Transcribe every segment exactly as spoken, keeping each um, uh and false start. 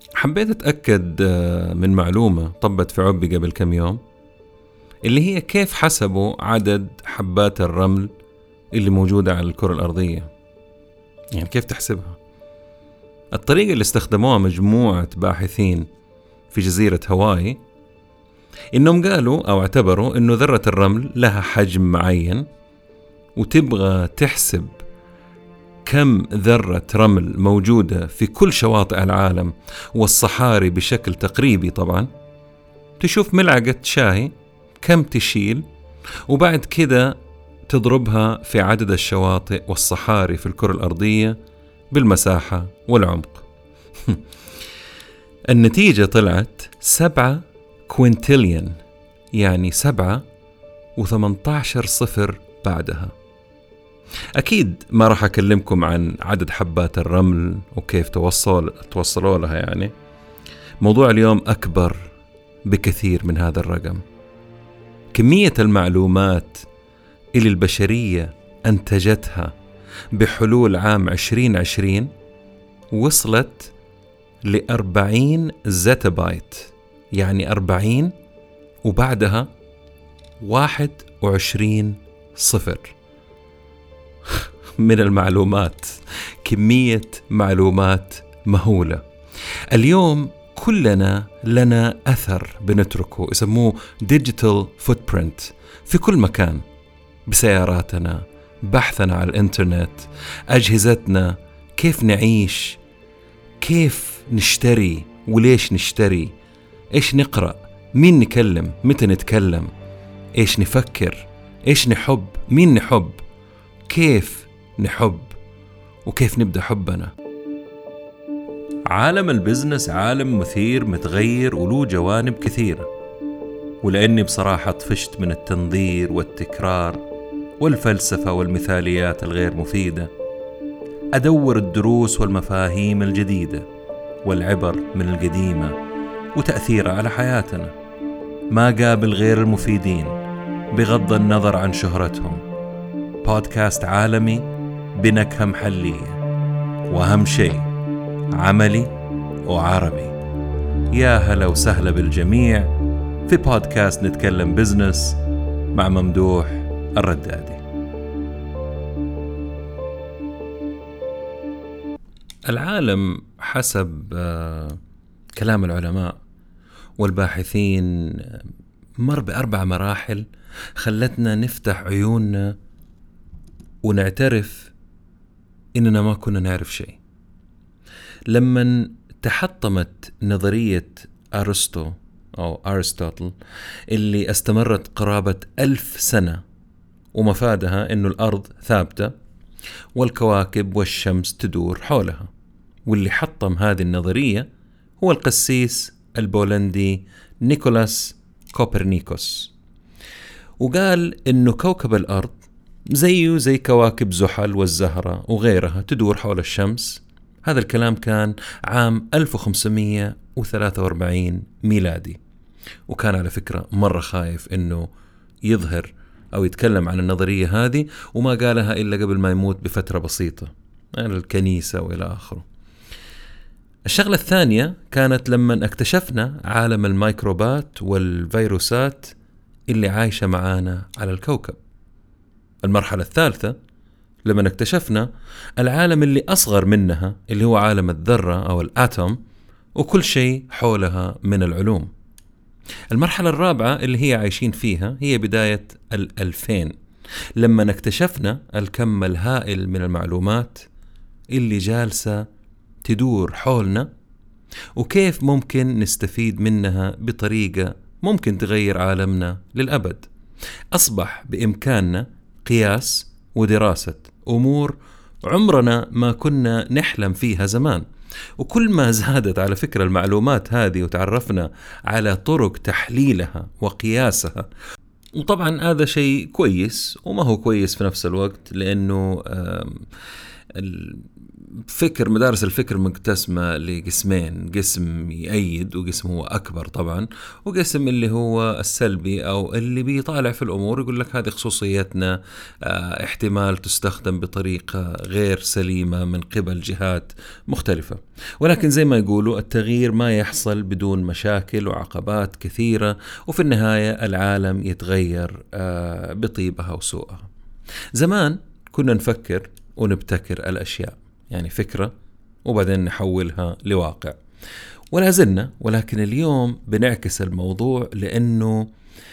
حبيت أتأكد من معلومة طبت في عبي قبل كم يوم، اللي هي كيف حسبوا عدد حبات الرمل اللي موجودة على الكرة الأرضية. يعني كيف تحسبها؟ الطريقة اللي استخدموها مجموعة باحثين في جزيرة هاواي إنهم قالوا أو اعتبروا إنه ذرة الرمل لها حجم معين، وتبغى تحسب كم ذرة رمل موجودة في كل شواطئ العالم والصحاري بشكل تقريبي. طبعا تشوف ملعقة شاي كم تشيل، وبعد كده تضربها في عدد الشواطئ والصحاري في الكرة الأرضية بالمساحة والعمق. النتيجة طلعت سبعة كوينتليون، يعني سبعة وثمانية عشر صفر بعدها. أكيد ما راح أكلمكم عن عدد حبات الرمل وكيف توصل توصلوا لها، يعني موضوع اليوم أكبر بكثير من هذا الرقم. كمية المعلومات اللي البشرية أنتجتها بحلول عام عشرين عشرين وصلت لأربعين زيتابايت، يعني أربعين وبعدها واحد وعشرين صفر من المعلومات. كمية معلومات مهولة. اليوم كلنا لنا أثر بنتركه، يسموه digital footprint، في كل مكان، بسياراتنا، بحثنا على الإنترنت، أجهزتنا، كيف نعيش، كيف نشتري وليش نشتري، إيش نقرأ، مين نكلم، متى نتكلم، إيش نفكر، إيش نحب، مين نحب، كيف نحب، وكيف نبدأ حبنا. عالم البزنس عالم مثير متغير وله جوانب كثيرة، ولأني بصراحة طفشت من التنظير والتكرار والفلسفة والمثاليات الغير مفيدة، أدور الدروس والمفاهيم الجديدة والعبر من القديمة وتأثيرها على حياتنا. ما قابل غير المفيدين بغض النظر عن شهرتهم. بودكاست عالمي بنكهة محلية، وأهم شيء عملي وعربي. يا هلا وسهلا بالجميع في بودكاست نتكلم بزنس مع ممدوح الردادي. العالم حسب كلام العلماء والباحثين مر بأربع مراحل خلتنا نفتح عيوننا ونعترف إننا ما كنا نعرف شيء. لما تحطمت نظرية أرسطو أو أرسطوطل اللي استمرت قرابة ألف سنة، ومفادها إنه الأرض ثابتة والكواكب والشمس تدور حولها، واللي حطم هذه النظرية هو القسيس البولندي نيكولاس كوبرنيكوس، وقال إنه كوكب الأرض زيه زي كواكب زحل والزهرة وغيرها تدور حول الشمس. هذا الكلام كان عام ألف وخمسمائة وثلاثة وأربعين ميلادي، وكان على فكرة مرة خايف إنه يظهر أو يتكلم عن النظرية هذه، وما قالها إلا قبل ما يموت بفترة بسيطة، يعني الكنيسة وإلى آخره. الشغلة الثانية كانت لما اكتشفنا عالم الميكروبات والفيروسات اللي عايشة معانا على الكوكب. المرحلة الثالثة لما اكتشفنا العالم اللي أصغر منها، اللي هو عالم الذرة أو الآتوم، وكل شيء حولها من العلوم. المرحلة الرابعة اللي هي عايشين فيها هي بداية الألفين، لما اكتشفنا الكم الهائل من المعلومات اللي جالسة تدور حولنا، وكيف ممكن نستفيد منها بطريقة ممكن تغير عالمنا للأبد. أصبح بإمكاننا قياس ودراسة أمور عمرنا ما كنا نحلم فيها زمان. وكل ما زادت على فكرة المعلومات هذه وتعرفنا على طرق تحليلها وقياسها، وطبعا هذا شيء كويس وما هو كويس في نفس الوقت، لأنه فكر مدارس الفكر مقتسمة لقسمين، قسم يأيد وقسم هو أكبر طبعا، وقسم اللي هو السلبي أو اللي بيطالع في الأمور يقول لك هذه خصوصيتنا، اه احتمال تستخدم بطريقة غير سليمة من قبل جهات مختلفة. ولكن زي ما يقولوا التغيير ما يحصل بدون مشاكل وعقبات كثيرة، وفي النهاية العالم يتغير اه بطيبها وسوءها. زمان كنا نفكر ونبتكر الأشياء، يعني فكرة وبعدين نحولها لواقع، ولا زلنا، ولكن اليوم بنعكس الموضوع لأنه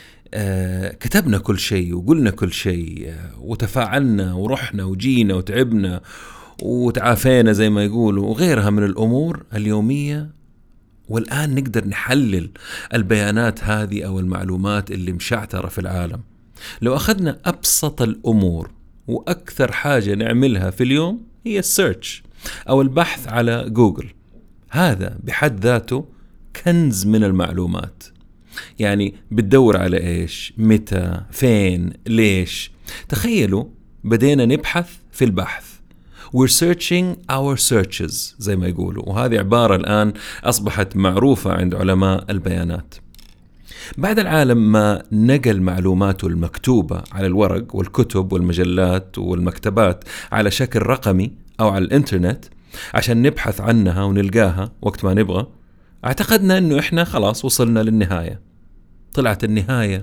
آه كتبنا كل شيء وقلنا كل شيء آه وتفاعلنا ورحنا وجينا وتعبنا وتعافينا زي ما يقولوا وغيرها من الأمور اليومية، والآن نقدر نحلل البيانات هذه أو المعلومات اللي مشعترة في العالم. لو أخذنا أبسط الأمور وأكثر حاجة نعملها في اليوم هي السيرش أو البحث على جوجل، هذا بحد ذاته كنز من المعلومات. يعني بتدور على إيش، متى، فين، ليش. تخيلوا بدينا نبحث في البحث، we're searching our searches زي ما يقولوا، وهذه عبارة الآن أصبحت معروفة عند علماء البيانات. بعد العالم ما نقل معلوماته المكتوبة على الورق والكتب والمجلات والمكتبات على شكل رقمي أو على الإنترنت عشان نبحث عنها ونلقاها وقت ما نبغى، اعتقدنا أنه إحنا خلاص وصلنا للنهاية. طلعت النهاية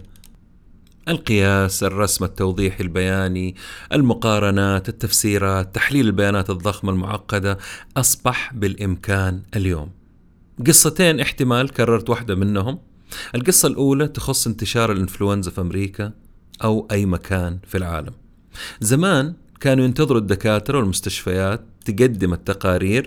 القياس، الرسم التوضيحي البياني، المقارنات، التفسيرات، تحليل البيانات الضخمة المعقدة أصبح بالإمكان اليوم. قصتين احتمال كررت واحدة منهم. القصة الأولى تخص انتشار الإنفلونزا في أمريكا أو أي مكان في العالم. زمان كانوا ينتظروا الدكاترة والمستشفيات تقدم التقارير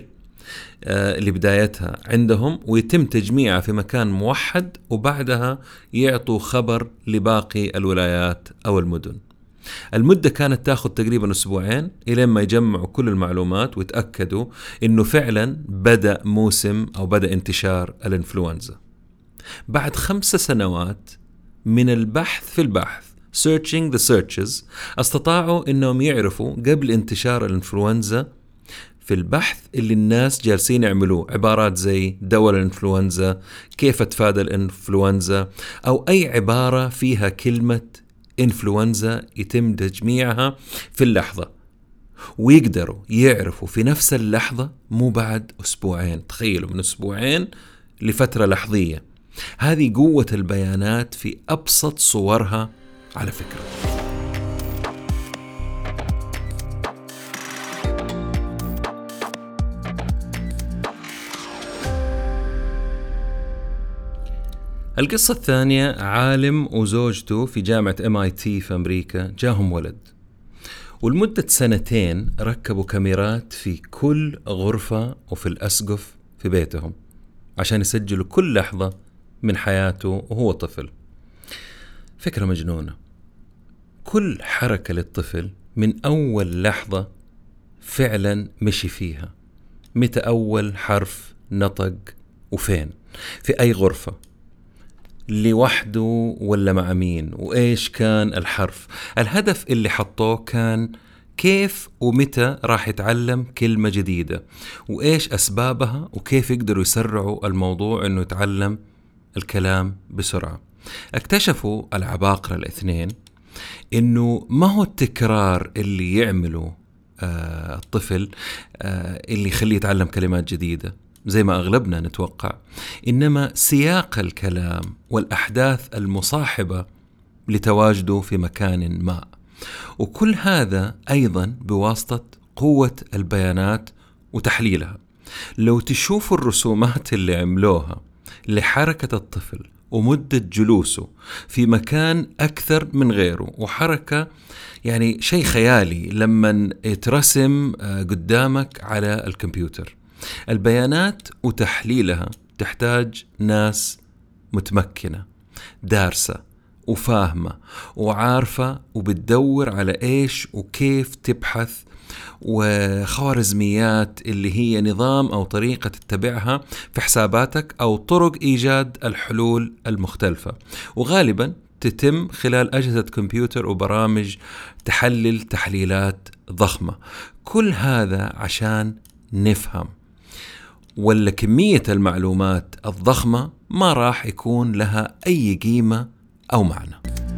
آه لبدايتها عندهم ويتم تجميعها في مكان موحد، وبعدها يعطوا خبر لباقي الولايات أو المدن. المدة كانت تأخذ تقريبا أسبوعين إلى ما يجمعوا كل المعلومات ويتأكدوا إنه فعلا بدأ موسم أو بدأ انتشار الإنفلونزا. بعد خمس سنوات من البحث في البحث searching the searches استطاعوا إنهم يعرفوا قبل انتشار الإنفلونزا في البحث اللي الناس جالسين يعملوه عبارات زي دواء الإنفلونزا، كيف تفادى الإنفلونزا، أو أي عبارة فيها كلمة إنفلونزا يتم تجميعها في اللحظة، ويقدروا يعرفوا في نفس اللحظة مو بعد أسبوعين. تخيلوا من أسبوعين لفترة لحظية. هذه قوة البيانات في أبسط صورها على فكرة. القصة الثانية، عالم وزوجته في جامعة إم آي تي في أمريكا جاهم ولد، ولمدة سنتين ركبوا كاميرات في كل غرفة وفي الأسقف في بيتهم عشان يسجلوا كل لحظة من حياته وهو طفل. فكرة مجنونة. كل حركة للطفل من أول لحظة فعلا مشي فيها، متى أول حرف نطق وفين، في أي غرفة، لوحده ولا مع مين، وإيش كان الحرف. الهدف اللي حطوه كان كيف ومتى راح يتعلم كلمة جديدة، وإيش أسبابها، وكيف يقدروا يسرعوا الموضوع إنه يتعلم الكلام بسرعة. اكتشفوا العباقرة الاثنين إنه ما هو التكرار اللي يعمله آه الطفل آه اللي يخليه يتعلم كلمات جديدة زي ما أغلبنا نتوقع، إنما سياق الكلام والأحداث المصاحبة لتواجده في مكان ما، وكل هذا أيضا بواسطة قوة البيانات وتحليلها. لو تشوفوا الرسومات اللي عملوها لحركة الطفل ومدة جلوسه في مكان أكثر من غيره، وحركة يعني شيء خيالي لما يترسم قدامك على الكمبيوتر. البيانات وتحليلها تحتاج ناس متمكنة دارسة وفاهمة وعارفة وبتدور على إيش وكيف تبحث، وخوارزميات اللي هي نظام أو طريقة تتبعها في حساباتك أو طرق إيجاد الحلول المختلفة، وغالبا تتم خلال أجهزة كمبيوتر وبرامج تحلل تحليلات ضخمة. كل هذا عشان نفهم، ولا كمية المعلومات الضخمة ما راح يكون لها أي قيمة أو معنى.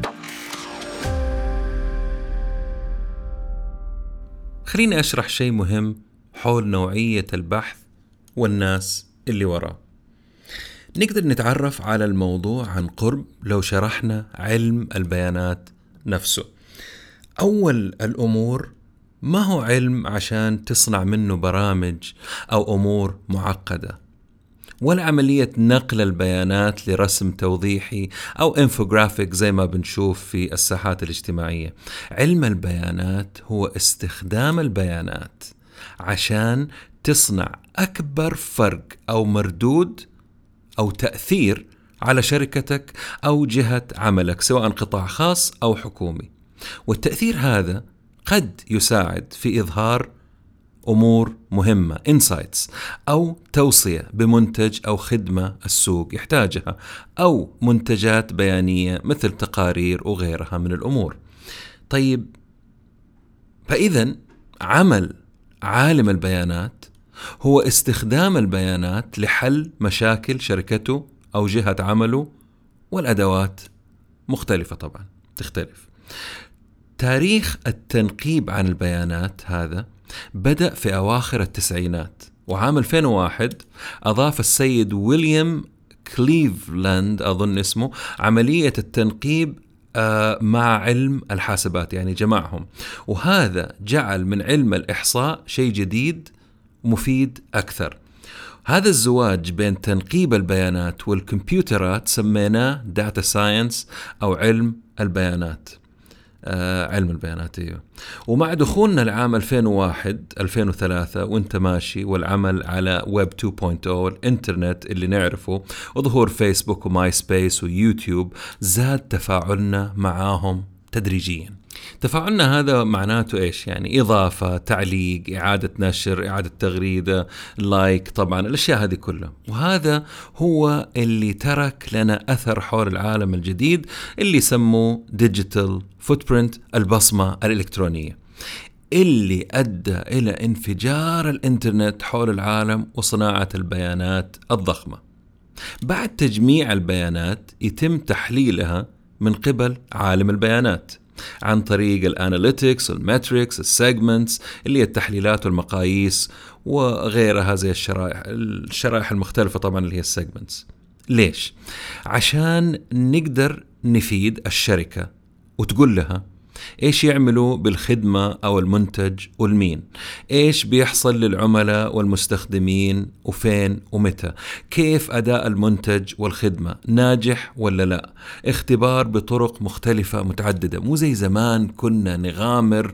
خليني أشرح شيء مهم حول نوعية البحث والناس اللي وراه. نقدر نتعرف على الموضوع عن قرب لو شرحنا علم البيانات نفسه. أول الأمور ما هو علم عشان تصنع منه برامج أو أمور معقدة، ولا عملية نقل البيانات لرسم توضيحي أو انفوغرافيك زي ما بنشوف في الساحات الاجتماعية. علم البيانات هو استخدام البيانات عشان تصنع أكبر فرق أو مردود أو تأثير على شركتك أو جهة عملك، سواء قطاع خاص أو حكومي. والتأثير هذا قد يساعد في إظهار أمور مهمة insights، أو توصية بمنتج أو خدمة السوق يحتاجها، أو منتجات بيانية مثل تقارير وغيرها من الأمور. طيب، فإذن عمل عالم البيانات هو استخدام البيانات لحل مشاكل شركته أو جهة عمله، والأدوات مختلفة طبعا تختلف. تاريخ التنقيب عن البيانات هذا بدأ في أواخر التسعينات، وعام ألفين وواحد أضاف السيد ويليام كليفلاند أظن اسمه عملية التنقيب مع علم الحاسبات، يعني جمعهم، وهذا جعل من علم الإحصاء شيء جديد ومفيد أكثر. هذا الزواج بين تنقيب البيانات والكمبيوترات سميناه داتا ساينس أو علم البيانات. آه علم البيانات ايوه. ومع دخولنا لعام ألفين وواحد ألفين وثلاثة وانت ماشي، والعمل على ويب تو بوينت أو الانترنت اللي نعرفه، وظهور فيسبوك وماي سبيس ويوتيوب، زاد تفاعلنا معاهم تدريجيا. تفاعلنا هذا معناته إيش؟ يعني إضافة، تعليق، إعادة نشر، إعادة تغريدة، لايك، طبعا الأشياء هذه كلها. وهذا هو اللي ترك لنا أثر حول العالم الجديد اللي سموه ديجيتال فوتبرنت، البصمة الإلكترونية، اللي أدى إلى انفجار الإنترنت حول العالم وصناعة البيانات الضخمة. بعد تجميع البيانات يتم تحليلها من قبل عالم البيانات عن طريق الاناليتكس والماتريكس السيجمنتس اللي هي التحليلات والمقاييس وغيرها زي الشرائح الشرائح المختلفة طبعا اللي هي السيجمنتس. ليش؟ عشان نقدر نفيد الشركة وتقول لها إيش يعملوا بالخدمة أو المنتج والمين، إيش بيحصل للعملاء والمستخدمين وفين ومتى، كيف أداء المنتج والخدمة ناجح ولا لا، اختبار بطرق مختلفة متعددة، مو زي زمان كنا نغامر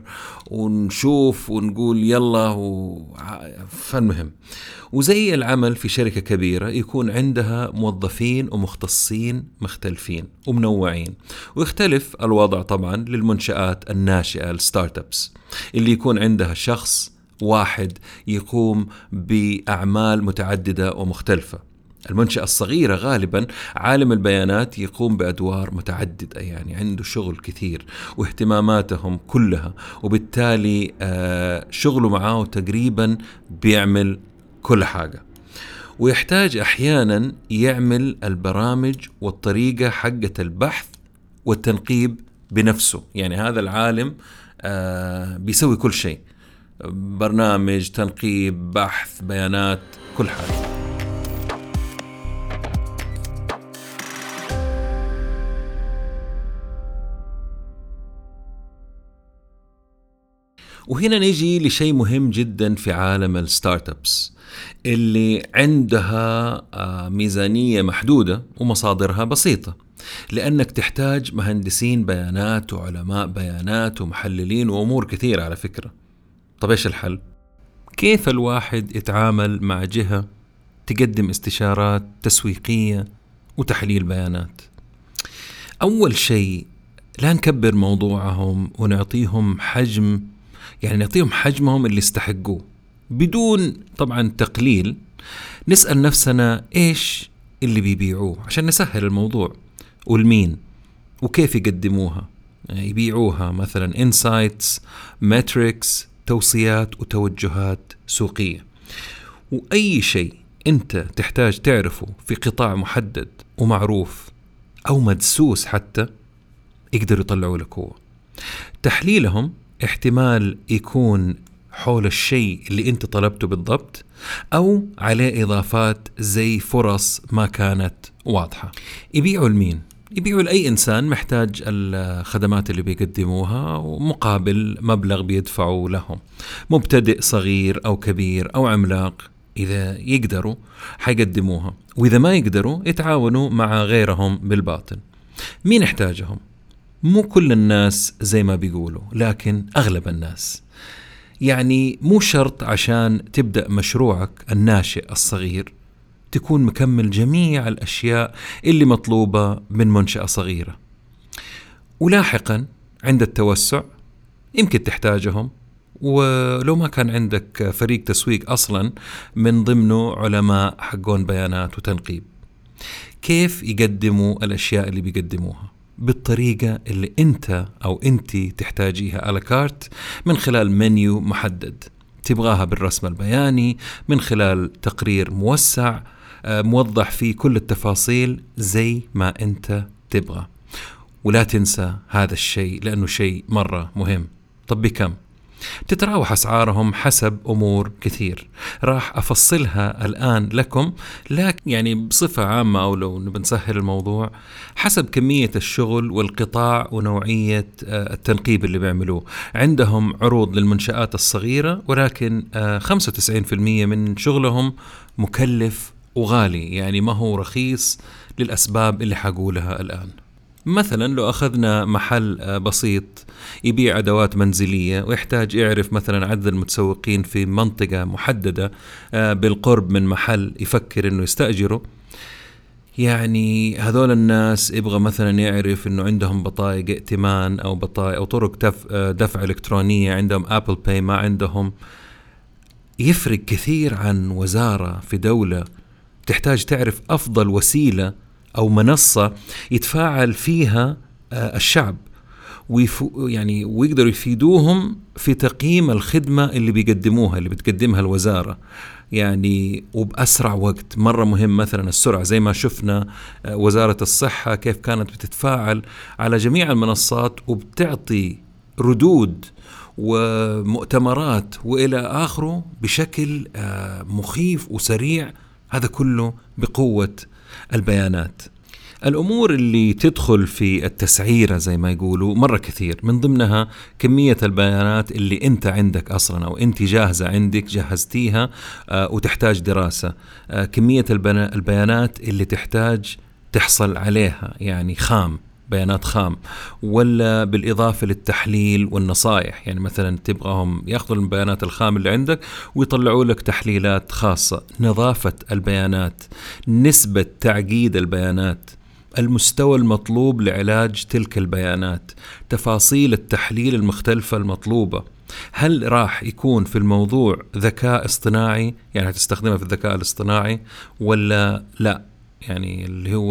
ونشوف ونقول يلا و... فالمهم. وزي العمل في شركة كبيرة يكون عندها موظفين ومختصين مختلفين ومنوعين، ويختلف الوضع طبعا للمنشآت الناشئة الستارت ابس اللي يكون عندها شخص واحد يقوم بأعمال متعددة ومختلفة. المنشأة الصغيرة غالبا عالم البيانات يقوم بأدوار متعددة، يعني عنده شغل كثير واهتماماتهم كلها، وبالتالي شغله معاه تقريبا بيعمل كل حاجة، ويحتاج أحيانا يعمل البرامج والطريقة حقة البحث والتنقيب بنفسه. يعني هذا العالم بيسوي كل شيء، برنامج، تنقيب، بحث، بيانات، كل حاجة. وهنا نيجي لشيء مهم جدا في عالم الستارت ابس اللي عندها ميزانية محدودة ومصادرها بسيطة، لأنك تحتاج مهندسين بيانات وعلماء بيانات ومحللين وأمور كثيرة على فكرة. طب إيش الحل؟ كيف الواحد يتعامل مع جهة تقدم استشارات تسويقية وتحليل بيانات؟ أول شيء لا نكبر موضوعهم ونعطيهم حجم، يعني نعطيهم حجمهم اللي يستحقوه بدون طبعا تقليل. نسأل نفسنا إيش اللي بيبيعوه عشان نسهل الموضوع، والمين وكيف يقدموها. يعني يبيعوها مثلا insights، metrics، توصيات وتوجهات سوقية. وأي شيء أنت تحتاج تعرفه في قطاع محدد ومعروف أو مدسوس حتى يقدروا يطلعوا لك هو. تحليلهم احتمال يكون حول الشيء اللي انت طلبته بالضبط او عليه اضافات زي فرص ما كانت واضحة. يبيعوا لمين؟ يبيعوا لأي إنسان محتاج الخدمات اللي بيقدموها ومقابل مبلغ بيدفعوا لهم، مبتدئ صغير أو كبير أو عملاق. إذا يقدروا حيقدموها، وإذا ما يقدروا يتعاونوا مع غيرهم بالباطن. مين يحتاجهم؟ مو كل الناس زي ما بيقولوا، لكن أغلب الناس. يعني مو شرط عشان تبدأ مشروعك الناشئ الصغير تكون مكمل جميع الأشياء اللي مطلوبة من منشأة صغيرة، ولاحقا عند التوسع يمكن تحتاجهم. ولو ما كان عندك فريق تسويق أصلا من ضمنه علماء حقون بيانات وتنقيب، كيف يقدموا الأشياء اللي بيقدموها؟ بالطريقة اللي أنت أو أنت تحتاجيها على كارت، من خلال منيو محدد تبغاها بالرسم البياني، من خلال تقرير موسع موضح فيه كل التفاصيل زي ما أنت تبغى. ولا تنسى هذا الشيء لأنه شيء مرة مهم. طب بكم؟ تتراوح أسعارهم حسب أمور كثير راح أفصلها الآن لكم، لكن يعني بصفة عامة أو لو نبنسهل الموضوع حسب كمية الشغل والقطاع ونوعية التنقيب اللي بيعملوه. عندهم عروض للمنشآت الصغيرة، ولكن خمسة وتسعين بالمئة من شغلهم مكلف وغالي، يعني ما هو رخيص للأسباب اللي حقولها الآن. مثلا لو أخذنا محل بسيط يبيع أدوات منزلية ويحتاج يعرف مثلا عدد المتسوقين في منطقة محددة بالقرب من محل يفكر إنه يستأجره، يعني هذول الناس يبغى مثلا يعرف إنه عندهم بطايق ائتمان أو بطايق أو طرق دفع إلكترونية، عندهم أبل باي ما عندهم. يفرق كثير عن وزارة في دولة تحتاج تعرف أفضل وسيلة أو منصة يتفاعل فيها الشعب ويفو يعني ويقدروا يفيدوهم في تقييم الخدمة اللي بيقدموها اللي بتقدمها الوزارة، يعني وبأسرع وقت. مرة مهم مثلا السرعة، زي ما شفنا وزارة الصحة كيف كانت بتتفاعل على جميع المنصات وبتعطي ردود ومؤتمرات وإلى آخره بشكل مخيف وسريع. هذا كله بقوة البيانات. الأمور اللي تدخل في التسعيرة زي ما يقولوا مرة كثير، من ضمنها كمية البيانات اللي أنت عندك أصلا أو أنت جاهزة عندك جهزتيها آه وتحتاج دراسة، آه كمية البيانات اللي تحتاج تحصل عليها، يعني خام، بيانات خام، ولا بالإضافة للتحليل والنصائح. يعني مثلا تبغاهم يأخذوا البيانات الخام اللي عندك ويطلعوا لك تحليلات خاصة. نظافة البيانات، نسبة تعقيد البيانات، المستوى المطلوب لعلاج تلك البيانات، تفاصيل التحليل المختلفة المطلوبة. هل راح يكون في الموضوع ذكاء اصطناعي، يعني هتستخدمها في الذكاء الاصطناعي ولا لا؟ يعني اللي هو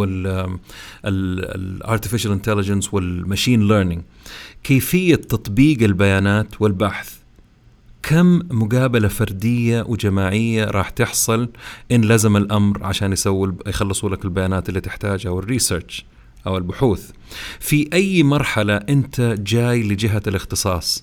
ال artificial intelligence والماشين learning. كيفية تطبيق البيانات والبحث، كم مقابلة فردية وجماعية راح تحصل إن لزم الأمر عشان يسووا يخلصوا لك البيانات اللي تحتاجها والريسيرش أو البحوث. في أي مرحلة أنت جاي لجهة الاختصاص،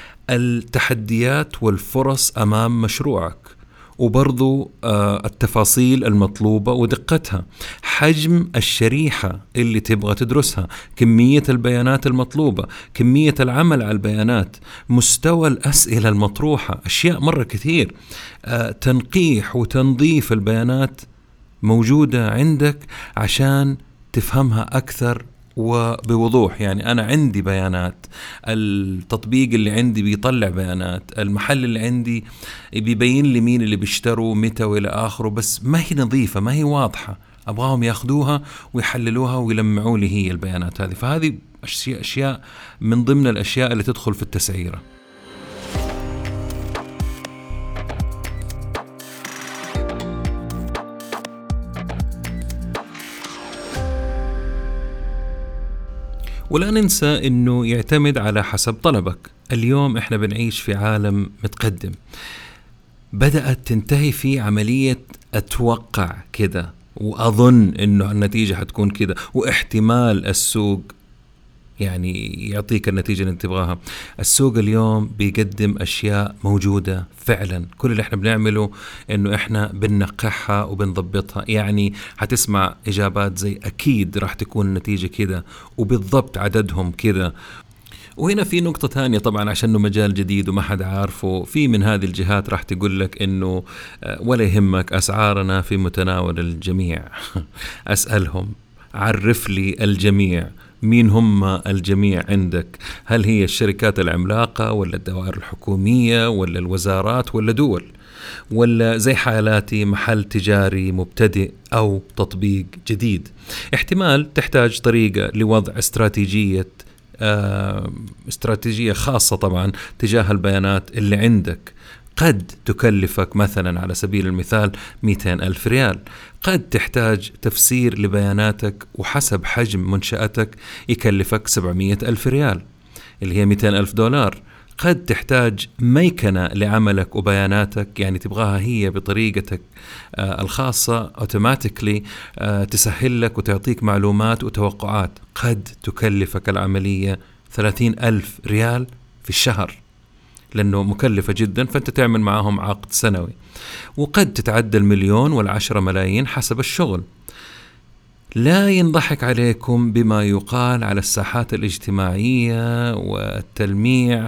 التحديات والفرص أمام مشروعك، وبرضو آه التفاصيل المطلوبة ودقتها، حجم الشريحة اللي تبغى تدرسها، كمية البيانات المطلوبة، كمية العمل على البيانات، مستوى الأسئلة المطروحة، أشياء مرة كثير. آه تنقيح وتنظيف البيانات موجودة عندك عشان تفهمها أكثر وبوضوح. يعني أنا عندي بيانات، التطبيق اللي عندي بيطلع بيانات، المحل اللي عندي بيبين لي مين اللي بيشتروا متى وإلى آخره، بس ما هي نظيفة، ما هي واضحة. أبغاهم ياخدوها ويحللوها ويلمعوا لي هي البيانات هذه. فهذه أشياء من ضمن الأشياء اللي تدخل في التسعيرة. ولا ننسى أنه يعتمد على حسب طلبك. اليوم إحنا بنعيش في عالم متقدم، بدأت تنتهي في عملية أتوقع كده وأظن إنه النتيجة حتكون كده، واحتمال السوق يعني يعطيك النتيجة اللي انت تبغاها. السوق اليوم بيقدم أشياء موجودة فعلا، كل اللي احنا بنعمله إنه احنا بننقحها وبنضبطها. يعني هتسمع إجابات زي أكيد راح تكون النتيجة كده وبالضبط عددهم كده. وهنا في نقطة ثانية طبعا، عشانه مجال جديد وما حد عارفه، في من هذه الجهات راح تقول لك إنه ولا يهمك أسعارنا في متناول الجميع. أسألهم عرف لي الجميع، مين هم الجميع عندك؟ هل هي الشركات العملاقة ولا الدوائر الحكومية ولا الوزارات ولا دول، ولا زي حالاتي محل تجاري مبتدئ أو تطبيق جديد؟ احتمال تحتاج طريقة لوضع استراتيجية آه، استراتيجية خاصة طبعا تجاه البيانات اللي عندك. قد تكلفك مثلا على سبيل المثال مئتين ألف ريال، قد تحتاج تفسير لبياناتك وحسب حجم منشأتك يكلفك سبعمئة ألف ريال اللي هي مئتين ألف دولار. قد تحتاج ميكنة لعملك وبياناتك، يعني تبغاها هي بطريقتك آه الخاصة automatically آه تسهل لك وتعطيك معلومات وتوقعات. قد تكلفك العملية ثلاثين ألف ريال في الشهر لأنه مكلفة جدا، فأنت تعمل معهم عقد سنوي. وقد تتعدى المليون والعشرة ملايين حسب الشغل. لا ينضحك عليكم بما يقال على الساحات الاجتماعية والتلميع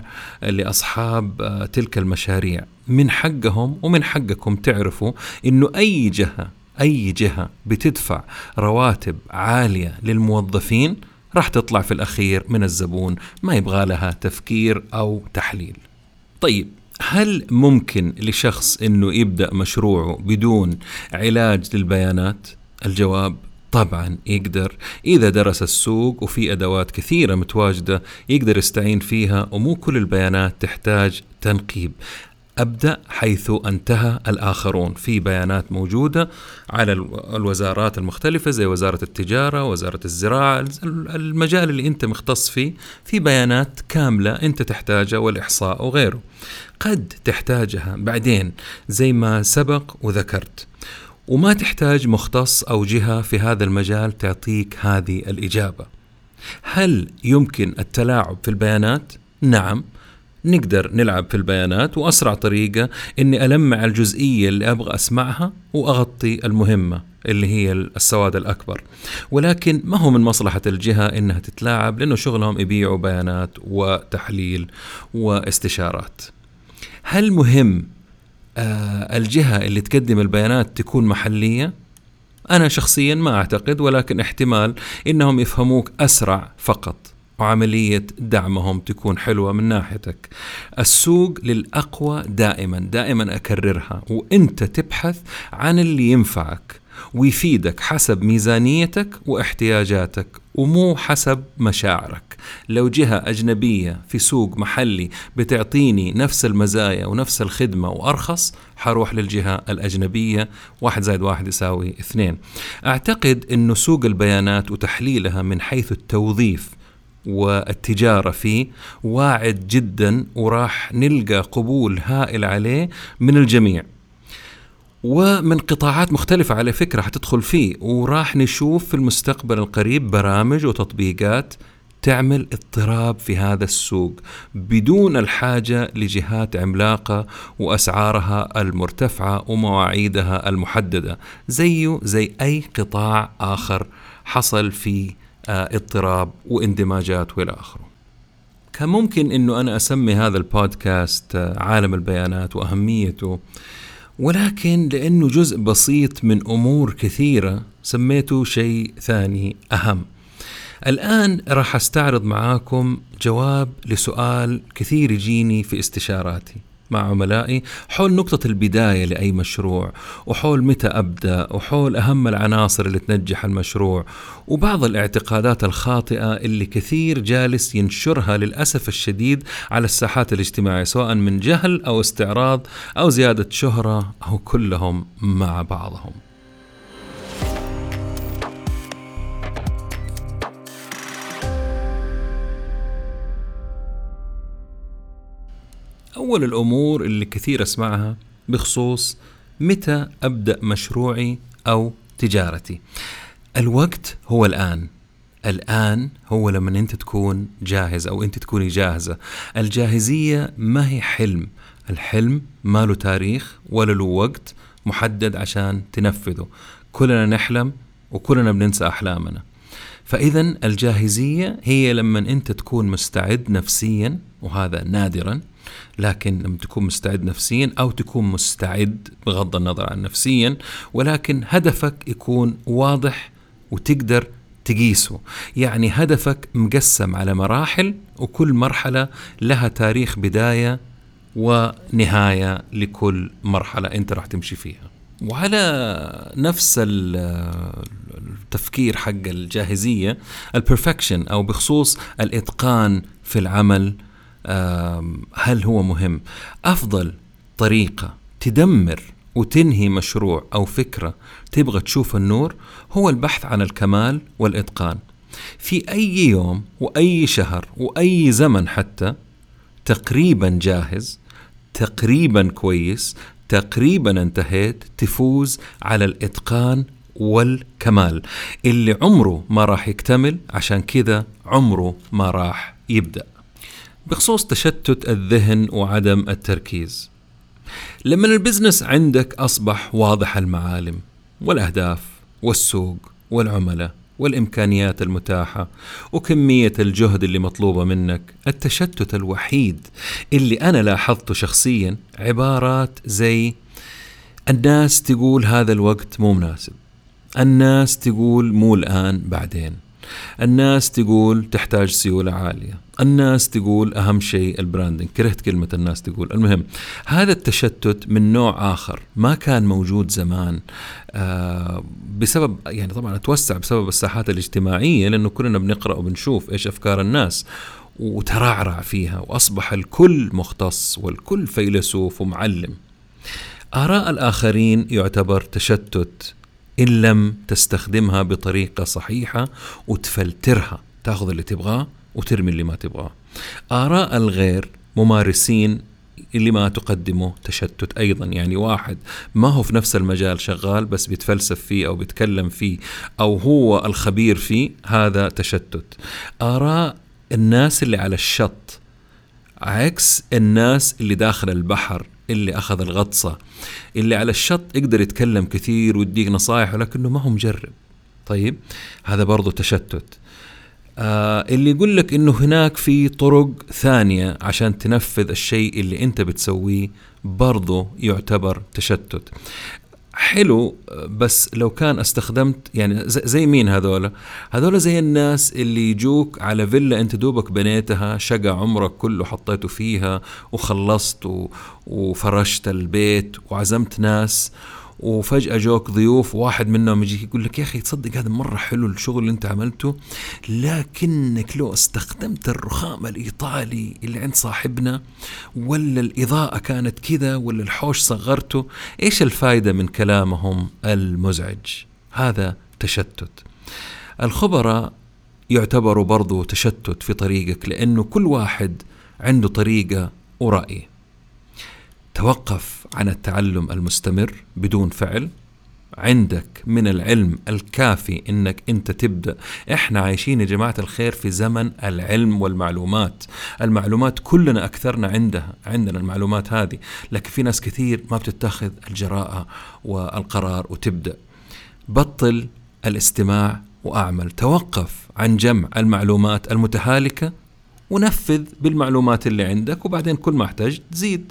لأصحاب تلك المشاريع. من حقهم ومن حقكم تعرفوا إنه أي جهة أي جهة بتدفع رواتب عالية للموظفين راح تطلع في الأخير من الزبون، ما يبغى لها تفكير أو تحليل. طيب، هل ممكن لشخص إنه يبدأ مشروعه بدون علاج للبيانات؟ الجواب طبعا يقدر، إذا درس السوق وفي أدوات كثيرة متواجدة يقدر يستعين فيها، ومو كل البيانات تحتاج تنقيب. أبدأ حيث انتهى الآخرون. في بيانات موجودة على الوزارات المختلفة زي وزارة التجارة، وزارة الزراعة، المجال اللي أنت مختص فيه، في بيانات كاملة أنت تحتاجها والإحصاء وغيره. قد تحتاجها بعدين زي ما سبق وذكرت، وما تحتاج مختص أو جهة في هذا المجال تعطيك هذه الإجابة. هل يمكن التلاعب في البيانات؟ نعم، نقدر نلعب في البيانات، وأسرع طريقة إني ألمع الجزئية اللي أبغى أسمعها وأغطي المهمة اللي هي السواد الأكبر. ولكن ما هو من مصلحة الجهة إنها تتلاعب، لأنه شغلهم يبيعوا بيانات وتحليل واستشارات. هل مهم آه الجهة اللي تقدم البيانات تكون محلية؟ أنا شخصيا ما أعتقد، ولكن احتمال إنهم يفهموك أسرع فقط، وعملية دعمهم تكون حلوة من ناحيتك. السوق للأقوى دائما دائما أكررها، وإنت تبحث عن اللي ينفعك ويفيدك حسب ميزانيتك واحتياجاتك ومو حسب مشاعرك. لو جهة أجنبية في سوق محلي بتعطيني نفس المزايا ونفس الخدمة وأرخص، حروح للجهة الأجنبية. واحد زائد واحد يساوي اثنين. أعتقد أنه سوق البيانات وتحليلها من حيث التوظيف والتجارة فيه واعد جدا، وراح نلقى قبول هائل عليه من الجميع ومن قطاعات مختلفة على فكرة هتدخل فيه. وراح نشوف في المستقبل القريب برامج وتطبيقات تعمل اضطراب في هذا السوق بدون الحاجة لجهات عملاقة وأسعارها المرتفعة ومواعيدها المحددة، زيه زي أي قطاع آخر حصل فيه اضطراب واندماجات والى اخره. كان ممكن انه انا اسمي هذا البودكاست عالم البيانات واهميته، ولكن لانه جزء بسيط من امور كثيرة سميته شيء ثاني اهم. الان راح استعرض معاكم جواب لسؤال كثير يجيني في استشاراتي مع عملائي حول نقطة البداية لأي مشروع، وحول متى أبدأ، وحول أهم العناصر اللي تنجح المشروع، وبعض الاعتقادات الخاطئة اللي كثير جالس ينشرها للأسف الشديد على الساحات الاجتماعية، سواء من جهل أو استعراض أو زيادة شهرة أو كلهم مع بعضهم. أول الأمور اللي كثير أسمعها بخصوص متى أبدأ مشروعي أو تجارتي. الوقت هو الآن. الآن هو لما أنت تكون جاهز أو أنت تكوني جاهزة. الجاهزية ما هي حلم. الحلم ما له تاريخ ولا له وقت محدد عشان تنفذه. كلنا نحلم وكلنا بننسى أحلامنا. فإذن الجاهزية هي لما أنت تكون مستعد نفسيا، وهذا نادرا، لكن لما تكون مستعد نفسيا أو تكون مستعد بغض النظر عن نفسيا، ولكن هدفك يكون واضح وتقدر تقيسه. يعني هدفك مقسم على مراحل، وكل مرحلة لها تاريخ بداية ونهاية لكل مرحلة أنت راح تمشي فيها. وعلى نفس التفكير حق الجاهزية، البرفكشن أو بخصوص الإتقان في العمل، هل هو مهم؟ أفضل طريقة تدمر وتنهي مشروع أو فكرة تبغى تشوف النور هو البحث عن الكمال والإتقان. في أي يوم وأي شهر وأي زمن حتى تقريبا جاهز، تقريبا كويس، تقريبا انتهيت، تفوز على الإتقان والكمال اللي عمره ما راح يكتمل، عشان كذا عمره ما راح يبدأ. بخصوص تشتت الذهن وعدم التركيز، لما البزنس عندك أصبح واضح المعالم والأهداف والسوق والعملاء والإمكانيات المتاحة وكمية الجهد اللي مطلوبة منك، التشتت الوحيد اللي أنا لاحظته شخصيا عبارات زي: الناس تقول هذا الوقت مو مناسب، الناس تقول مو الآن بعدين، الناس تقول تحتاج سيولة عالية، الناس تقول أهم شيء البراندنج. كرهت كلمة الناس تقول. المهم، هذا التشتت من نوع آخر ما كان موجود زمان، آه بسبب يعني طبعا اتوسع بسبب الساحات الاجتماعية، لأنه كلنا بنقرأ وبنشوف إيش أفكار الناس وترعرع فيها، وأصبح الكل مختص والكل فيلسوف ومعلم. آراء الآخرين يعتبر تشتت إن لم تستخدمها بطريقة صحيحة وتفلترها، تأخذ اللي تبغاه وترمي اللي ما تبغاه. آراء الغير ممارسين اللي ما تقدمه تشتت أيضا. يعني واحد ما هو في نفس المجال شغال بس بيتفلسف فيه أو بيتكلم فيه أو هو الخبير فيه، هذا تشتت. آراء الناس اللي على الشط عكس الناس اللي داخل البحر، اللي أخذ الغطسة. اللي على الشط يقدر يتكلم كثير ويديك نصائح ولكنه ما هو مجرب. طيب، هذا برضو تشتت. آه اللي يقول لك إنه هناك في طرق ثانية عشان تنفذ الشيء اللي أنت بتسويه، برضو يعتبر تشتت. حلو، بس لو كان استخدمت يعني زي مين هذولا؟ هذولا زي الناس اللي يجوك على فيلا انت دوبك بنيتها، شقى عمرك كله حطيته فيها وخلصت وفرشت البيت وعزمت ناس، وفجأة جوك ضيوف واحد منهم يجي يقول لك: يا أخي تصدق هذا مرة حلو الشغل اللي انت عملته، لكنك لو استخدمت الرخام الإيطالي اللي عند صاحبنا، ولا الإضاءة كانت كذا، ولا الحوش صغرته. إيش الفايدة من كلامهم المزعج؟ هذا تشتت. الخبراء يعتبروا برضو تشتت في طريقك، لأنه كل واحد عنده طريقة ورأي. توقف عن التعلم المستمر بدون فعل. عندك من العلم الكافي انك انت تبدأ. احنا عايشين يا جماعة الخير في زمن العلم والمعلومات. المعلومات كلنا اكثرنا عندها، عندنا المعلومات هذه، لكن في ناس كثير ما بتتخذ الجراءة والقرار وتبدأ. بطل الاستماع وأعمل. توقف عن جمع المعلومات المتهالكة ونفذ بالمعلومات اللي عندك، وبعدين كل ما احتاج تزيد.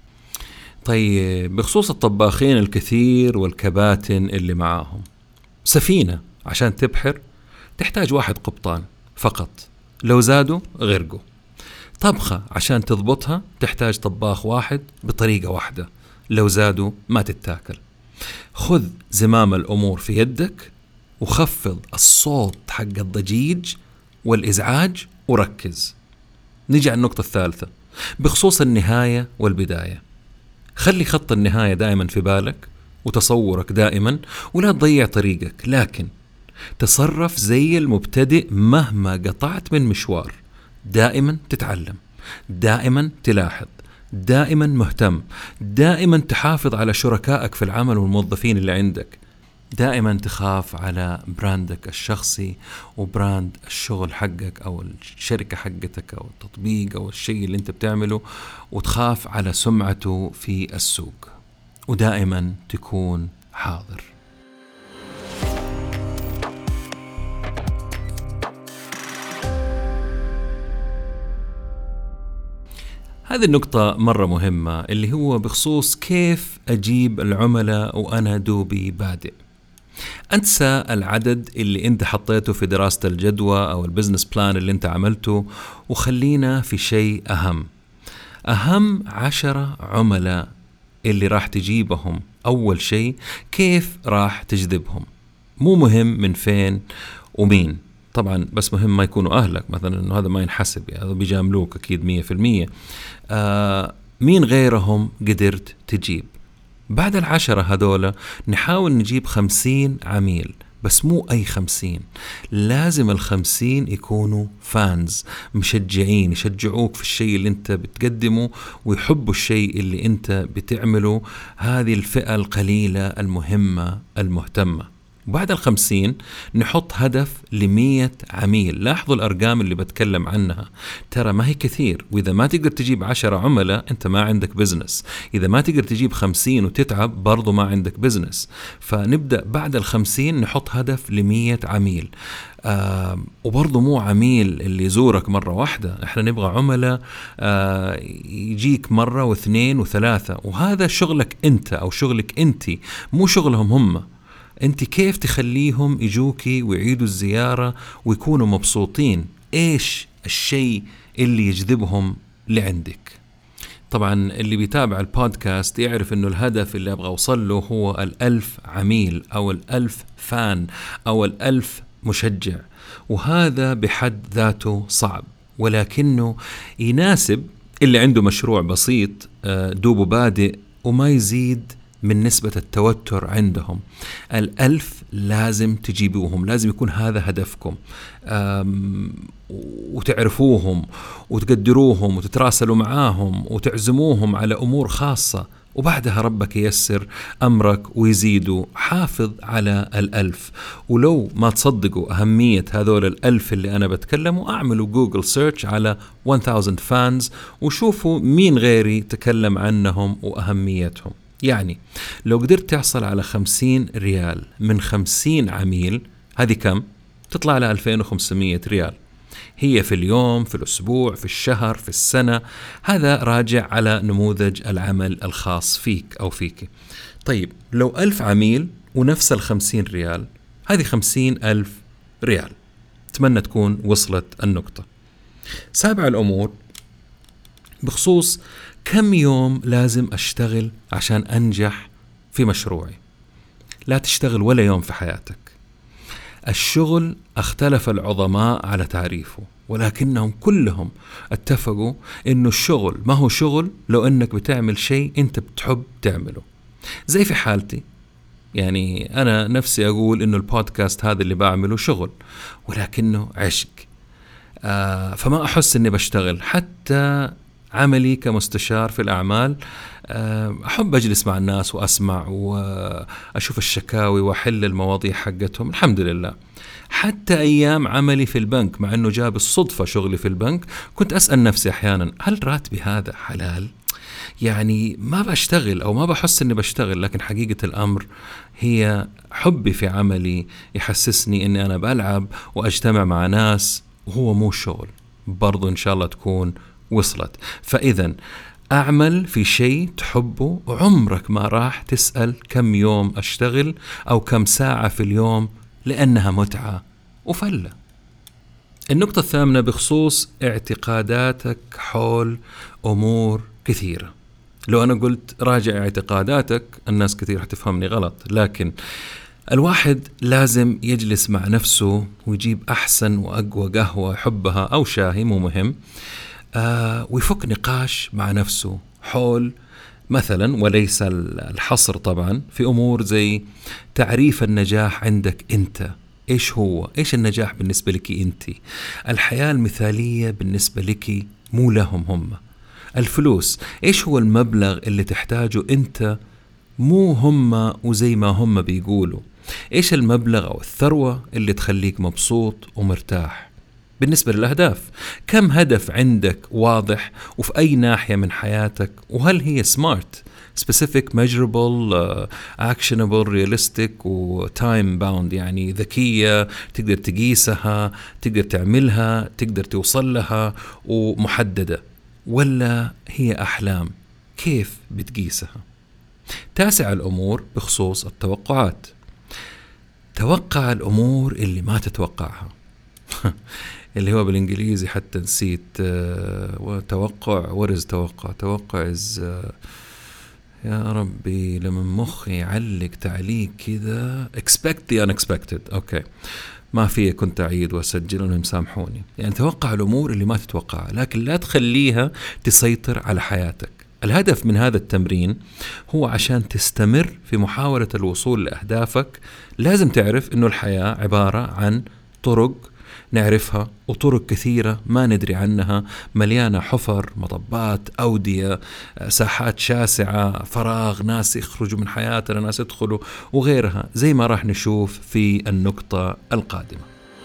طيب، بخصوص الطباخين الكثير والكباتن اللي معاهم، سفينة عشان تبحر تحتاج واحد قبطان فقط، لو زادوا غرقوا. طبخة عشان تضبطها تحتاج طباخ واحد بطريقة واحدة، لو زادوا ما تتاكل. خذ زمام الأمور في يدك وخفض الصوت حق الضجيج والإزعاج وركز. نيجي على النقطة الثالثة بخصوص النهاية والبداية. خلي خط النهاية دائما في بالك وتصورك دائما، ولا تضيع طريقك، لكن تصرف زي المبتدئ مهما قطعت من مشوار. دائما تتعلم، دائما تلاحظ، دائما مهتم، دائما تحافظ على شركائك في العمل والموظفين اللي عندك، دائما تخاف على براندك الشخصي وبراند الشغل حقك أو الشركة حقتك أو التطبيق أو الشيء اللي انت بتعمله، وتخاف على سمعته في السوق، ودائما تكون حاضر. هذه النقطة مرة مهمة، اللي هو بخصوص كيف أجيب العملاء وأنا دوبي بادئ. أنسى العدد اللي أنت حطيته في دراسة الجدوى أو البزنس بلان اللي أنت عملته، وخلينا في شيء أهم. أهم عشرة عملاء اللي راح تجيبهم. أول شيء كيف راح تجذبهم. مو مهم من فين ومين، طبعا بس مهم ما يكونوا أهلك مثلا، إنه هذا ما ينحسب، يعني هذا بيجاملوك أكيد مية في المية. آه مين غيرهم قدرت تجيب؟ بعد العشرة هذولا نحاول نجيب خمسين عميل، بس مو أي خمسين، لازم الخمسين يكونوا فانز، مشجعين، يشجعوك في الشيء اللي انت بتقدمه ويحبوا الشيء اللي انت بتعمله. هذه الفئة القليلة المهمة المهتمة. بعد الخمسين نحط هدف لمية عميل. لاحظوا الأرقام اللي بتكلم عنها، ترى ما هي كثير، وإذا ما تقدر تجيب عشرة عملاء أنت ما عندك بزنس، إذا ما تقدر تجيب خمسين وتتعب برضو ما عندك بزنس. فنبدأ بعد الخمسين نحط هدف لمية عميل. آه وبرضو مو عميل اللي يزورك مرة واحدة، احنا نبغى عملاء آه يجيك مرة واثنين وثلاثة، وهذا شغلك أنت أو شغلك أنت، مو شغلهم هم. انت كيف تخليهم يجوكي ويعيدوا الزيارة ويكونوا مبسوطين؟ ايش الشيء اللي يجذبهم لعندك؟ طبعا اللي بيتابع البودكاست يعرف انه الهدف اللي ابغى اوصل له هو الالف عميل او الالف فان او الالف مشجع، وهذا بحد ذاته صعب، ولكنه يناسب اللي عنده مشروع بسيط دوبه بادئ وما يزيد من نسبة التوتر عندهم. الألف لازم تجيبوهم، لازم يكون هذا هدفكم، وتعرفوهم وتقدروهم وتتراسلوا معاهم وتعزموهم على أمور خاصة، وبعدها ربك ييسر أمرك ويزيدوا. حافظ على الألف. ولو ما تصدقوا أهمية هذول الألف اللي أنا بتكلموا، أعملوا جوجل سيرش على ألف فانز وشوفوا مين غيري تكلم عنهم وأهميتهم. يعني لو قدرت تحصل على خمسين ريال من خمسين عميل، هذه كم؟ تطلع على ألفين وخمسمية ريال، هي في اليوم، في الأسبوع، في الشهر، في السنة. هذا راجع على نموذج العمل الخاص فيك أو فيك. طيب لو ألف عميل ونفس الخمسين ريال، هذه خمسين ألف ريال. أتمنى تكون وصلت النقطة. سابع الأمور بخصوص كم يوم لازم أشتغل عشان أنجح في مشروعي. لا تشتغل ولا يوم في حياتك. الشغل اختلف العظماء على تعريفه، ولكنهم كلهم اتفقوا إنه الشغل ما هو شغل لو إنك بتعمل شيء أنت بتحب تعمله. زي في حالتي، يعني أنا نفسي أقول إنه البودكاست هذا اللي بعمله شغل، ولكنه عشق. آه فما أحس إني بشتغل. حتى عملي كمستشار في الأعمال، أحب أجلس مع الناس وأسمع وأشوف الشكاوي وأحل المواضيع حقتهم، الحمد لله. حتى أيام عملي في البنك، مع أنه جاب الصدفة شغلي في البنك، كنت أسأل نفسي أحيانا، هل راتبي هذا حلال؟ يعني ما بشتغل أو ما بحس أني بشتغل، لكن حقيقة الأمر هي حبي في عملي يحسسني أني أنا بلعب وأجتمع مع ناس، وهو مو شغل. برضو إن شاء الله تكون وصلت. فإذا أعمل في شيء تحبه، وعمرك ما راح تسأل كم يوم أشتغل أو كم ساعة في اليوم، لأنها متعة وفلة. النقطة الثامنة بخصوص اعتقاداتك حول أمور كثيرة. لو أنا قلت راجع اعتقاداتك، الناس كثير هتفهمني غلط، لكن الواحد لازم يجلس مع نفسه ويجيب أحسن وأقوى قهوة يحبها أو شاهي، مو مهم، آه ويفك نقاش مع نفسه حول مثلا، وليس الحصر طبعا، في أمور زي تعريف النجاح عندك أنت. إيش هو؟ إيش النجاح بالنسبة لك أنت؟ الحياة المثالية بالنسبة لك مو لهم هم. الفلوس، إيش هو المبلغ اللي تحتاجه أنت مو هم وزي ما هم بيقولوا؟ إيش المبلغ أو الثروة اللي تخليك مبسوط ومرتاح؟ بالنسبة للأهداف، كم هدف عندك واضح وفي أي ناحية من حياتك؟ وهل هي سمارت specific measurable uh, actionable realistic و time bound، يعني ذكية تقدر تقيسها، تقدر تعملها، تقدر توصل لها ومحددة، ولا هي أحلام كيف بتقيسها؟ تاسع الأمور بخصوص التوقعات. توقع الأمور اللي ما تتوقعها اللي هو بالإنجليزي حتى نسيت وتوقع ورز توقع توقع إز يا ربي لما مخي يعلق تعليق كذا expect the unexpected. أوكي ما في كنت أعيد وأسجل وهم سامحوني. يعني توقع الأمور اللي ما تتوقعها لكن لا تخليها تسيطر على حياتك. الهدف من هذا التمرين هو عشان تستمر في محاولة الوصول لأهدافك لازم تعرف إنه الحياة عبارة عن طرق نعرفها وطرق كثيرة ما ندري عنها، مليانة حفر، مطبات، أودية، ساحات شاسعة، فراغ، ناس يخرجوا من حياتنا، ناس يدخلوا وغيرها، زي ما راح نشوف في النقطة القادمة.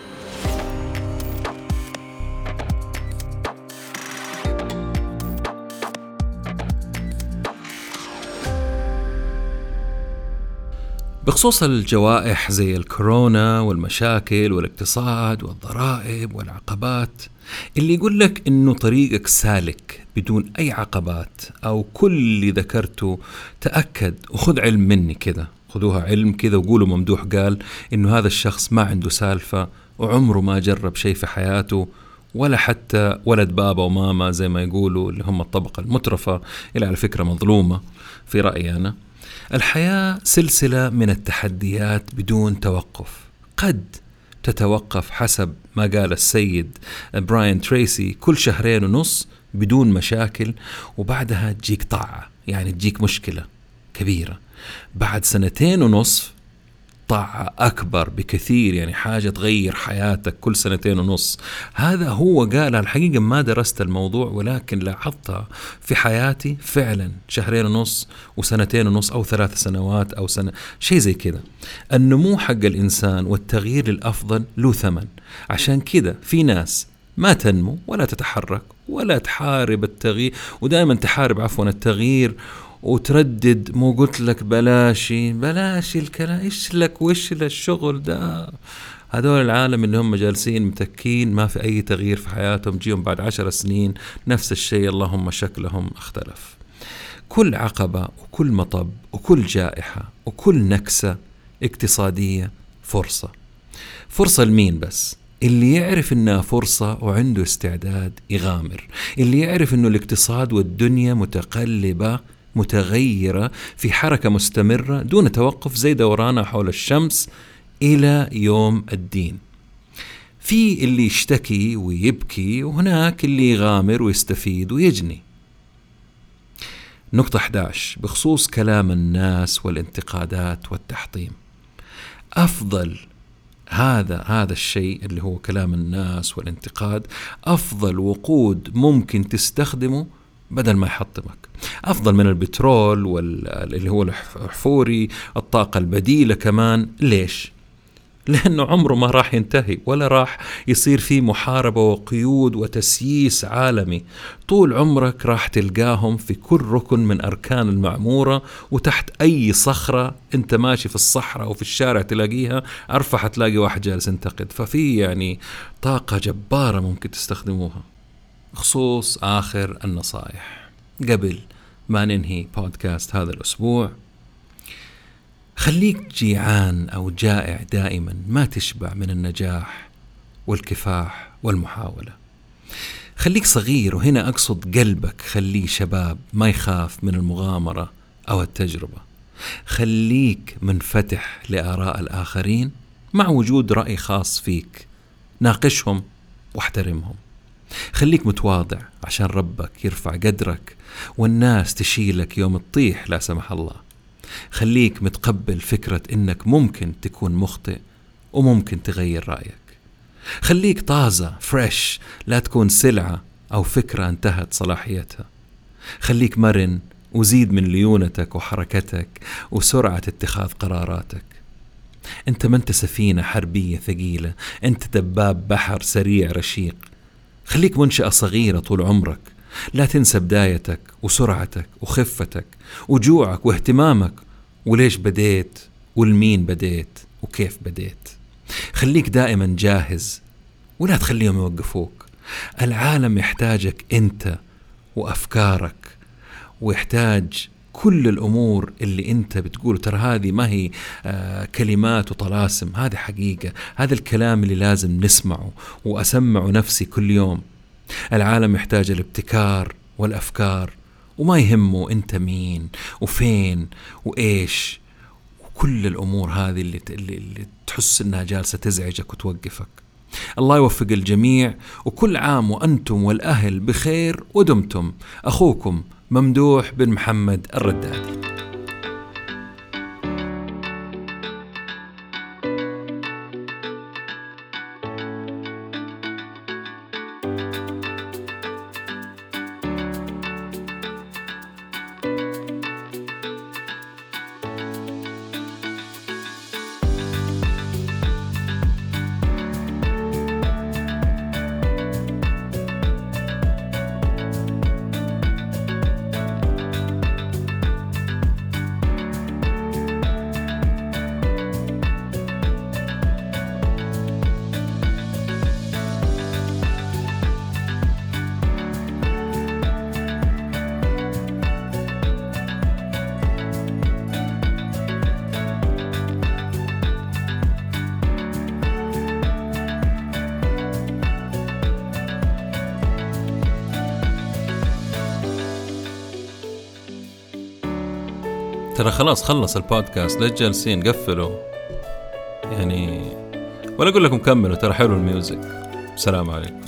بخصوص الجوائح زي الكورونا والمشاكل والاقتصاد والضرائب والعقبات، اللي يقول لك إنه طريقك سالك بدون أي عقبات أو كل اللي ذكرته تأكد وخذ علم مني كذا، خذوها علم كذا وقولوا ممدوح قال إنه هذا الشخص ما عنده سالفة وعمره ما جرب شيء في حياته، ولا حتى ولد بابا وماما زي ما يقولوا اللي هم الطبقة المترفة اللي على فكرة مظلومة في رأيي أنا. الحياة سلسلة من التحديات بدون توقف، قد تتوقف حسب ما قال السيد براين تريسي كل شهرين ونص بدون مشاكل، وبعدها تجيك طاعة، يعني تجيك مشكلة كبيرة، بعد سنتين ونص طاعة أكبر بكثير، يعني حاجة تغير حياتك كل سنتين ونص. هذا هو قال. الحقيقة ما درست الموضوع ولكن لاحظتها في حياتي فعلا، شهرين ونص وسنتين ونص أو ثلاث سنوات أو سنة، شيء زي كذا. النمو حق الإنسان والتغيير للأفضل له ثمن، عشان كذا في ناس ما تنمو ولا تتحرك ولا تحارب التغيير، ودائما تحارب عفوا التغيير وتردد، مو قلت لك بلاشي بلاشي الكلام، إيش لك وإيش للشغل ده. هذول العالم اللي هم جالسين متكين ما في أي تغيير في حياتهم، جيهم بعد عشر سنين نفس الشيء، اللهم شكلهم اختلف. كل عقبة وكل مطب وكل جائحة وكل نكسة اقتصادية فرصة. فرصة لمين بس؟ اللي يعرف إنها فرصة وعنده استعداد يغامر، اللي يعرف إنه الاقتصاد والدنيا متقلبة متغيرة في حركة مستمرة دون توقف، زي دورانها حول الشمس إلى يوم الدين. في اللي يشتكي ويبكي، وهناك اللي يغامر ويستفيد ويجني. نقطة أحد عشر بخصوص كلام الناس والانتقادات والتحطيم. أفضل هذا هذا الشيء اللي هو كلام الناس والانتقاد، أفضل وقود ممكن تستخدمه بدل ما يحطمك، أفضل من البترول واللي هو الحفوري، الطاقة البديلة كمان. ليش؟ لأنه عمره ما راح ينتهي ولا راح يصير فيه محاربة وقيود وتسييس عالمي. طول عمرك راح تلقاهم في كل ركن من أركان المعمورة، وتحت أي صخرة أنت ماشي في الصحراء وفي الشارع تلاقيها أرفع هتلاقي واحد جالس ينتقد. ففي يعني طاقة جبارة ممكن تستخدموها. خصوص آخر النصائح قبل ما ننهي بودكاست هذا الأسبوع: خليك جيعان أو جائع دائما، ما تشبع من النجاح والكفاح والمحاولة. خليك صغير، وهنا أقصد قلبك خليه شباب ما يخاف من المغامرة أو التجربة. خليك منفتح لآراء الآخرين مع وجود رأي خاص فيك، ناقشهم واحترمهم. خليك متواضع عشان ربك يرفع قدرك والناس تشيلك يوم تطيح لا سمح الله. خليك متقبل فكرة إنك ممكن تكون مخطئ وممكن تغير رأيك. خليك طازة فريش، لا تكون سلعة أو فكرة انتهت صلاحيتها. خليك مرن وزيد من ليونتك وحركتك وسرعة اتخاذ قراراتك. انت ما انت سفينة حربية ثقيلة، انت دباب بحر سريع رشيق. خليك منشأة صغيرة طول عمرك، لا تنسى بدايتك وسرعتك وخفتك وجوعك واهتمامك وليش بديت والمين بديت وكيف بديت. خليك دائما جاهز ولا تخليهم يوقفوك. العالم يحتاجك انت وأفكارك، ويحتاج كل الأمور اللي أنت بتقول. ترى هذه ما هي آه كلمات وطلاسم، هذه حقيقة، هذا الكلام اللي لازم نسمعه وأسمعه نفسي كل يوم. العالم يحتاج الابتكار والأفكار، وما يهمه أنت مين وفين وإيش وكل الأمور هذه اللي, اللي, اللي تحس أنها جالسة تزعجك وتوقفك. الله يوفق الجميع، وكل عام وأنتم والأهل بخير ودمتم. أخوكم ممدوح بن محمد الردادي. ترى خلاص خلص البودكاست، لا جالسين قفلوا يعني، ولا أقول لكم كملوا، ترى حلو الميوزك. السلام عليكم.